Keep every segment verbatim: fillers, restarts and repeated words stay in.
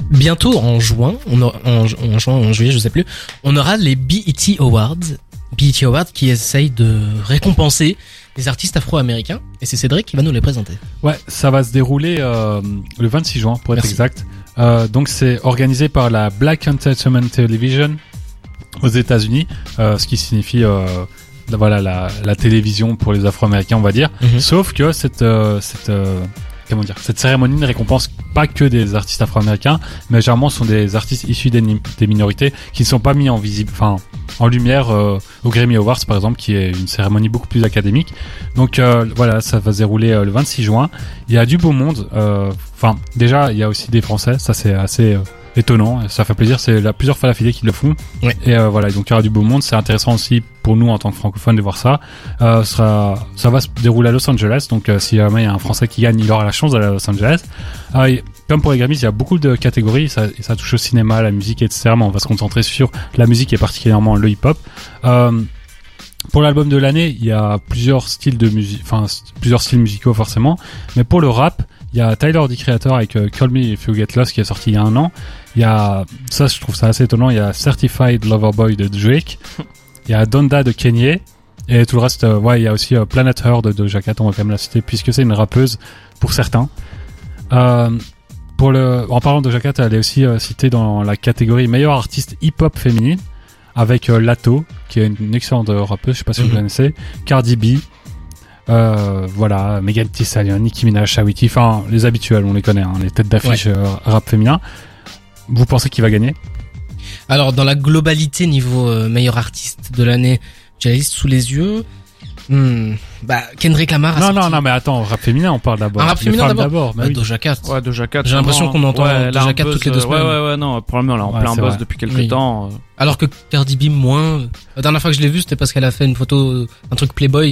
bientôt en juin, on aura, en, en juin, en juillet, je sais plus, on aura les B E T Awards. B E T Awards qui essayent de récompenser les artistes afro-américains. Et c'est Cédric qui va nous les présenter. Ouais, ça va se dérouler euh, le vingt-six juin, pour être Merci. exact. Euh, donc c'est organisé par la Black Entertainment Television aux États-Unis, euh, ce qui signifie euh, voilà la, la télévision pour les Afro-Américains, on va dire. Mm-hmm. Sauf que cette euh, cette euh, comment dire, cette cérémonie ne récompense pas que des artistes afro-américains, mais généralement ce sont des artistes issus des, des minorités qui ne sont pas mis en visible, enfin en lumière euh, au Grammy Awards par exemple, qui est une cérémonie beaucoup plus académique. Donc euh, voilà, ça va se dérouler euh, le vingt-six juin. Il y a du beau monde. Enfin euh, déjà il y a aussi des Français, ça c'est assez euh, étonnant, ça fait plaisir, c'est la plusieurs fois l'affilée qui le font. Ouais. Et euh, voilà, donc il y aura du beau monde, c'est intéressant aussi pour nous en tant que francophones de voir ça. Euh, ça, sera, ça va se dérouler à Los Angeles, donc euh, si jamais il y a un Français qui gagne, il aura la chance d'aller à Los Angeles. Euh, et, comme pour les Grammys, il y a beaucoup de catégories, ça, ça touche au cinéma, la musique, et cetera. Mais on va se concentrer sur la musique et particulièrement le hip-hop. Euh, pour l'album de l'année, il y a plusieurs styles de musique, enfin plusieurs styles musicaux forcément, mais pour le rap, il y a Tyler, the Creator avec euh, Call Me If You Get Lost qui est sorti il y a un an. Il y a, ça je trouve ça assez étonnant, il y a Certified Lover Boy de Drake, il y a Donda de Kanye, et tout le reste, euh, ouais, il y a aussi euh, Planet Her de Doja Cat, on va quand même la citer puisque c'est une rappeuse pour certains. Euh, pour le, en parlant de Doja Cat, elle est aussi euh, citée dans la catégorie meilleure artiste hip-hop féminine avec euh, Lato, qui est une excellente rappeuse, je sais pas si mm-hmm. vous connaissez, Cardi B. Euh, voilà, Megan Thee Stallion, Nicki Minaj, Saweetie, enfin les habituels, on les connaît, hein, les têtes d'affiche ouais. euh, rap féminin. Vous pensez qu'il va gagner? Alors dans la globalité niveau euh, meilleur artiste de l'année, j'ai la liste sous les yeux. Hmm, bah Kendrick Lamar. A non sorti... non non mais attends, rap féminin on parle d'abord. Un rap féminin d'abord. d'abord bah bah, oui. Doja Cat. Ouais, Doja Cat. J'ai l'impression qu'on entend ouais, Doja Cat toutes les deux semaines. Ouais ouais ouais non, probablement là en ouais, plein buzz vrai. Depuis quelques oui. temps. Alors que Cardi B moins. La dernière fois que je l'ai vue, c'était parce qu'elle a fait une photo, un truc Playboy.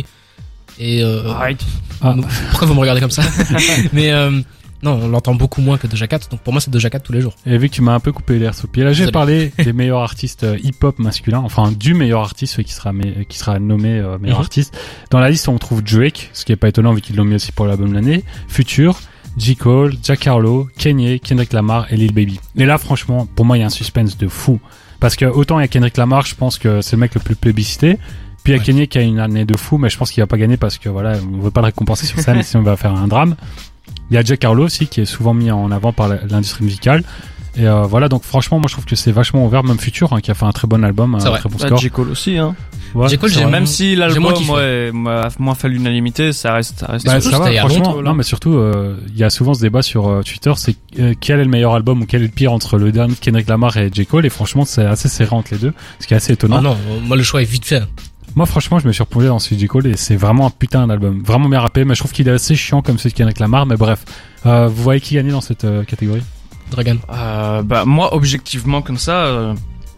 Et euh, right. ah. Pourquoi vous me regardez comme ça? Mais euh, non, on l'entend beaucoup moins que Doja Cat, donc pour moi c'est Doja Cat tous les jours. Et vu que tu m'as un peu coupé l'air sous le pied, là j'ai parlé des meilleurs artistes hip-hop masculins, enfin du meilleur artiste qui sera qui sera nommé euh, meilleur mm-hmm. artiste. Dans la liste on trouve Drake, ce qui est pas étonnant vu qu'ils l'ont mis aussi pour l'album de l'année, Future, J. Cole, Jack Harlow, Kanye, Kendrick Lamar et Lil Baby. Et là franchement, pour moi il y a un suspense de fou, parce que autant il y a Kendrick Lamar, je pense que c'est le mec le plus plébiscité. Puis il y a ouais. Kanye qui a une année de fou, mais je pense qu'il va pas gagner parce que voilà, on veut pas le récompenser sur scène, sinon on va faire un drame. Il y a Jack Harlow aussi qui est souvent mis en avant par l'industrie musicale. Et euh, voilà, donc franchement, moi je trouve que c'est vachement ouvert, même Future, hein, qui a fait un très bon album, c'est un vrai. très bon bah, score. J. Cole aussi, hein. Ouais, J. Cole, j'ai même si l'album ouais, m'a moins fait l'unanimité, ça reste, ça reste. Bah, ça va, franchement. Longtemps, non, mais surtout, il euh, y a souvent ce débat sur euh, Twitter, c'est euh, quel est le meilleur album ou quel est le pire entre le dernier de Kendrick Lamar et J. Cole, et franchement, c'est assez serré entre les deux, ce qui est assez étonnant. Ah non, moi le choix est vite fait. Moi, franchement, je me suis replongé dans celui de J. Cole et c'est vraiment un putain d'album. Vraiment bien rappé, mais je trouve qu'il est assez chiant comme celui de Kendrick Lamar, mais bref. Euh, vous voyez qui gagne dans cette euh, catégorie? Dragan. Euh, bah, moi, objectivement, comme ça, euh,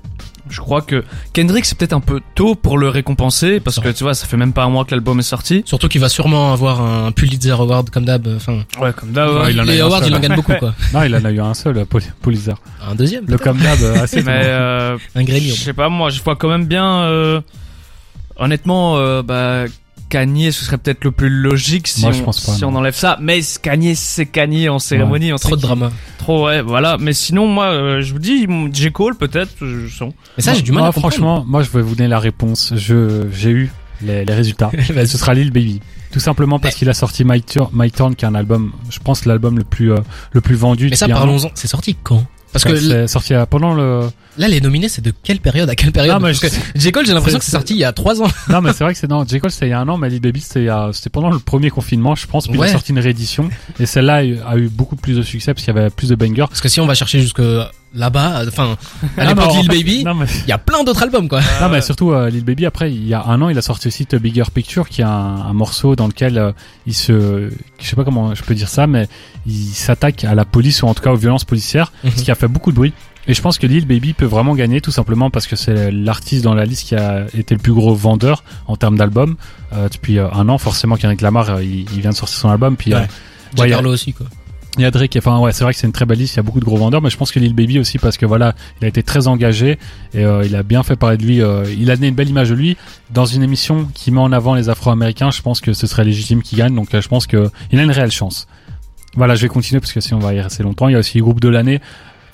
je crois que Kendrick, c'est peut-être un peu tôt pour le récompenser, parce que tu vois, ça fait même pas un mois que l'album est sorti. Surtout qu'il va sûrement avoir un Pulitzer Award comme d'hab, enfin. Ouais, comme d'hab. Ouais, il les awards, il en gagne beaucoup, quoi. Non, il en a eu un seul, Pulitzer. Un deuxième. Le comme d'hab, assez. Mais, euh, un Grammy. Je sais pas, moi, je vois quand même bien, euh, honnêtement, euh, bah, Kanye, ce serait peut-être le plus logique si, moi, on, je pense pas, si non. on enlève ça. Mais Kanye, c'est Kanye en cérémonie. Ouais. On trop de drama. Trop, ouais, voilà. Mais sinon, moi, euh, je vous dis, J. Cole, peut-être, je sens. Mais ça, moi, j'ai du mal moi, à comprendre. Franchement, moi, je vais vous donner la réponse. Je, j'ai eu les, les résultats. Ce sera Lil Baby. Tout simplement parce mais... qu'il a sorti My Turn, My Turn, qui est un album, je pense, l'album le plus, euh, le plus vendu. Mais ça, parlons-en. C'est sorti quand? Parce ouais, que c'est l... sorti pendant le. Là, les nominés, c'est de quelle période à quelle période? Non, mais parce je... que J. Cole, j'ai l'impression que c'est sorti il y a trois ans. Non, mais c'est vrai que c'est non. J. Cole, c'était il y a un an, mais Lil Baby, c'était, il y a... c'était pendant le premier confinement, je pense. Puis ouais. Il a sorti une réédition, et celle-là a eu beaucoup plus de succès parce qu'il y avait plus de bangers. Parce que si on va chercher jusque là-bas, enfin, à l'époque Lil Baby, il mais... y a plein d'autres albums, quoi. Non, mais surtout euh, Lil Baby. Après, il y a un an, il a sorti aussi The Bigger Picture, qui est un, un morceau dans lequel euh, il se, je sais pas comment je peux dire ça, mais il s'attaque à la police ou en tout cas aux violences policières, mm-hmm. ce qui a fait beaucoup de bruit. Et je pense que Lil Baby peut vraiment gagner tout simplement parce que c'est l'artiste dans la liste qui a été le plus gros vendeur en termes d'albums euh, depuis euh, un an. Forcément, Kendrick Lamar, euh, il, il vient de sortir son album. Puis ouais. euh, Jack ouais, Harlow aussi, quoi. Il y a Drake. Enfin, ouais, c'est vrai que c'est une très belle liste. Il y a beaucoup de gros vendeurs, mais je pense que Lil Baby aussi parce que voilà, il a été très engagé et euh, il a bien fait parler de lui. Euh, il a donné une belle image de lui dans une émission qui met en avant les Afro-Américains. Je pense que ce serait légitime qu'il gagne. Donc, euh, je pense que il a une réelle chance. Voilà, je vais continuer parce que sinon on va y rester longtemps. Il y a aussi le groupe de l'année.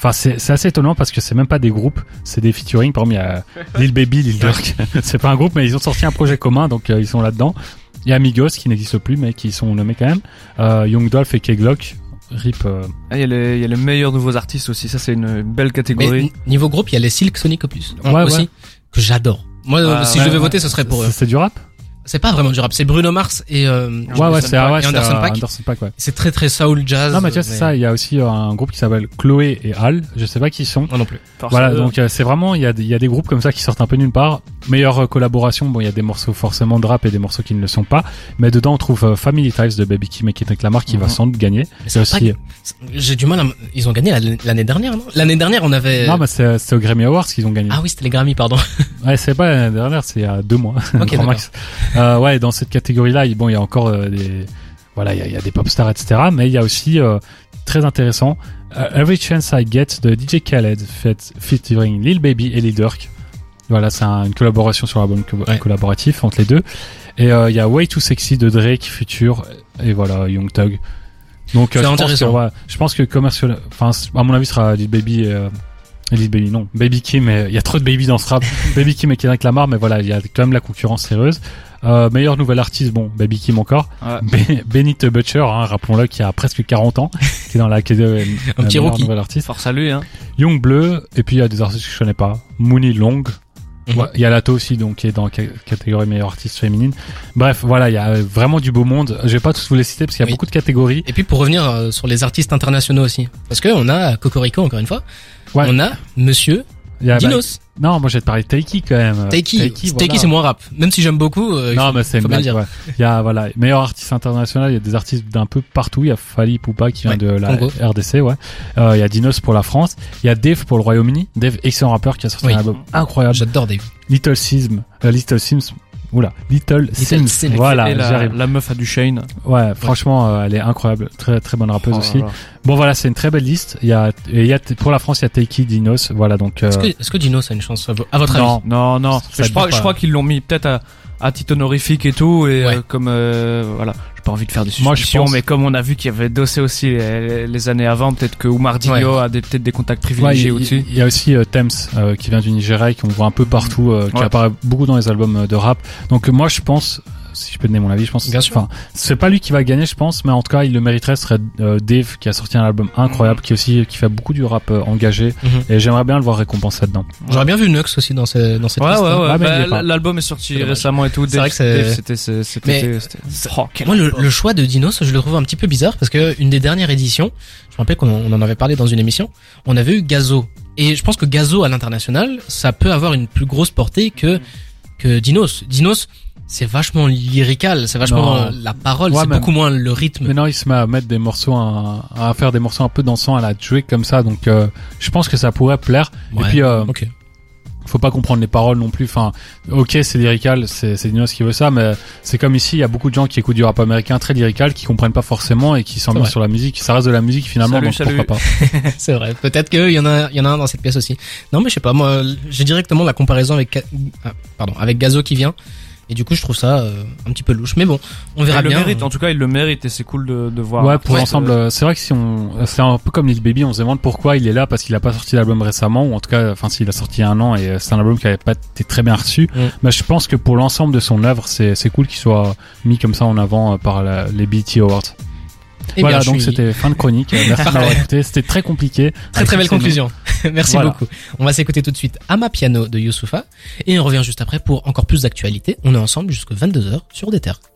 Enfin, c'est, c'est assez étonnant parce que c'est même pas des groupes, c'est des featuring. Par exemple, il y a Lil Baby, Lil Durk. C'est pas un groupe, mais ils ont sorti un projet commun, donc euh, ils sont là-dedans. Il y a Amigos qui n'existe plus, mais qui sont nommés quand même. Euh, Young Dolph et K-Glock. Rip. Euh... Ah, il y a les, il y a les meilleurs nouveaux artistes aussi. Ça, c'est une belle catégorie. Mais, niveau groupe, il y a les Silk Sonic Opus. Ouais, ouais. Aussi, que j'adore. Moi, Ah, si ouais, je devais ouais. voter, ce serait pour eux. C'est, c'est du rap? C'est pas vraiment du rap, c'est Bruno Mars et euh, Ouais, ouais, c'est, ah ouais, et c'est Anderson euh, Paak. Anderson Paak, ouais. C'est très très soul jazz. Non, mais tu vois, c'est mais- ça. Il y a aussi euh, un groupe qui s'appelle Chloé et Al. Je sais pas qui ils sont. Moi non plus. Voilà, donc euh, c'est vraiment, il y a, des- il y a des groupes comme ça qui sortent un peu nulle part. Meilleure euh, collaboration, bon, il y a des morceaux forcément de rap et des morceaux qui ne le sont pas. Mais dedans, on trouve euh, Family Ties de Baby Kim et Kendrick Lamar qui va Mhm. sans doute gagner. Mais C'est c'est aussi. pas- J'ai du mal à... m- Ils ont gagné l'année l'année dernière, non? L'année dernière, on avait... Non, mais c'est, c'est au Grammy Awards qu'ils ont gagné. Ah oui, c'était les Grammy, pardon. Ouais, c'est pas l'année dernière, c'est il y a deux mois. Ok, Grand d'accord. max. Euh, ouais, dans cette catégorie-là, il- bon, il y a encore euh, des, voilà, il y a, il y a des pop stars, et cetera. Mais il y a aussi euh, très intéressant, euh, Every Chance I Get de D J Khaled, fait, featuring Lil Baby et Lil Durk. Voilà, c'est un- une collaboration sur l'album co- Ouais. collaboratif entre les deux. Et euh, il y a Way Too Sexy de Drake, Future, et voilà, Young Thug. Donc, C'est euh, je pense que, intéressant. ouais, je pense que commercial, enfin, à mon avis, ce sera Lil Baby et, euh, Lil Baby, non, Baby Kim, et- il y a trop de Baby dans ce rap. Baby Kim et Kendrick Lamar, mais voilà, il y a quand même la concurrence sérieuse. Euh, meilleur nouvel artiste, bon, Baby Kim encore. Ouais. Be- Benny the Butcher, hein, rappelons-le, qui a presque quarante ans, qui est dans la catégorie Un petit rookie. nouvel artiste. Force à lui, hein. Young Bleu, et puis il y a des artistes que je connais pas. Mooney Long. Mhm. Ouais, il y a Lato aussi, donc, qui est dans la ca- catégorie meilleure artiste féminine. Bref, voilà, il y a vraiment du beau monde. Je vais pas tous vous les citer parce qu'il y a Oui. beaucoup de catégories. Et puis pour revenir euh, sur les artistes internationaux aussi. Parce que on a Cocorico, encore une fois. Ouais. On a Monsieur Il y a, bah, Dinos. non, moi, je vais te parler de Taiki quand même. Taiki. Taiki, voilà. c'est moins rap. Même si j'aime beaucoup. euh, il Non, faut- mais c'est faut une bien le blague, dire. ouais. Il y a, voilà, meilleur artiste international, il y a des artistes d'un peu partout. Il y a Fally Ipupa qui vient Ouais, de la Congo. R D C, ouais. Euh, il y a Dinos pour la France. Il y a Dave pour le Royaume-Uni. Dave, excellent rappeur qui a sorti Oui. un album incroyable. J'adore Dave. Little Sims, euh, Little Sims, oula, Little, Sims. Sims. Voilà, Et la, j'arrive. la meuf à Duchesne. Ouais, franchement, euh, elle est incroyable. Très, très bonne rappeuse Oh là aussi. là. Bon, voilà, c'est une très belle liste. Il y a, et il y a, pour la France, il y a Taiki, Dinos. Voilà, donc, euh, Est-ce que, est-ce que Dinos a une chance à vo- à votre non. avis? Non, non. Ça Mais je te crois, dit pas. je crois qu'ils l'ont mis peut-être à, à titre honorifique et tout, et Ouais. euh, comme euh, voilà, j'ai pas envie de faire des Moi, je suspicions, pense- mais comme on a vu qu'il y avait Dossé aussi les, les années avant, peut-être que Oumar Digno a des, peut-être des contacts Ouais, privilégiés il, au-dessus. il y a aussi euh, Thames euh, qui vient du Nigeria et qu'on voit un peu partout, euh, qui Ouais. apparaît beaucoup dans les albums euh, de rap. Donc euh, moi je pense, si je peux donner mon avis, je pense, Bien sûr. enfin c'est pas lui qui va gagner, je pense, mais en tout cas il le mériterait. Ce serait euh, Dave qui a sorti un album incroyable, qui aussi qui fait beaucoup du rap euh, engagé, Mhm. et j'aimerais bien le voir récompensé là-dedans. J'aurais bien vu Nux aussi dans, ce, dans cette Ouais, ouais, liste. ouais. Ah, mais il Bah, est pas. l'album est sorti C'est dommage. récemment et tout. C'est vrai que c'est- Dave, c'était, c'est- c'était, Mais- c'était, oh, quel Moi, le, album. le choix de Dinos, je le trouve un petit peu bizarre parce que une des dernières éditions, je me rappelle qu'on on en avait parlé dans une émission, on avait eu Gazo. Et je pense que Gazo à l'international, ça peut avoir une plus grosse portée que, que Dinos. Dinos, c'est vachement lyrical, c'est vachement Non. euh, la parole, Ouais, c'est mais- beaucoup moins le rythme. Maintenant il se met à mettre des morceaux, à, à faire des morceaux un peu dansants, à la jouer comme ça, donc euh, je pense que ça pourrait plaire. Ouais. Et puis euh, Ok. faut pas comprendre les paroles non plus. Enfin, ok, c'est lyrical, c'est c'est Dinos qui veut ça, mais c'est comme ici, il y a beaucoup de gens qui écoutent du rap américain très lyrical, qui comprennent pas forcément et qui C'est s'ambiancent vrai. sur la musique. Ça reste de la musique finalement, Salut, donc salut. pourquoi pas. C'est vrai. Peut-être qu'il y en a, il y en a un dans cette pièce aussi. Non, mais je sais pas. Moi, j'ai directement la comparaison avec, Ga- ah, pardon, avec Gazo qui vient. Et du coup, je trouve ça euh, un petit peu louche. Mais bon, on verra il le bien. mérite, en tout cas, il le mérite et c'est cool de, de voir. Ouais, pour Ouais, l'ensemble, euh, c'est vrai que si on, c'est un peu comme Lil Baby, on se demande pourquoi il est là, parce qu'il a pas sorti d'album récemment, ou en tout cas, enfin, s'il a sorti il y a un an, et euh, c'est un album qui avait pas été très bien reçu. Mm. Mais je pense que pour l'ensemble de son œuvre, c'est, c'est cool qu'il soit mis comme ça en avant euh, par la- les B E T Awards. Eh voilà, bien, je donc suis- c'était fin de chronique. Euh, Merci de m'avoir écouté. C'était très compliqué. Très très belle Avec conclusion. Merci Voilà. beaucoup. On va s'écouter tout de suite Ama Piano de Youssoupha et on revient juste après pour encore plus d'actualité. On est ensemble jusqu'à vingt-deux heures sur des terres.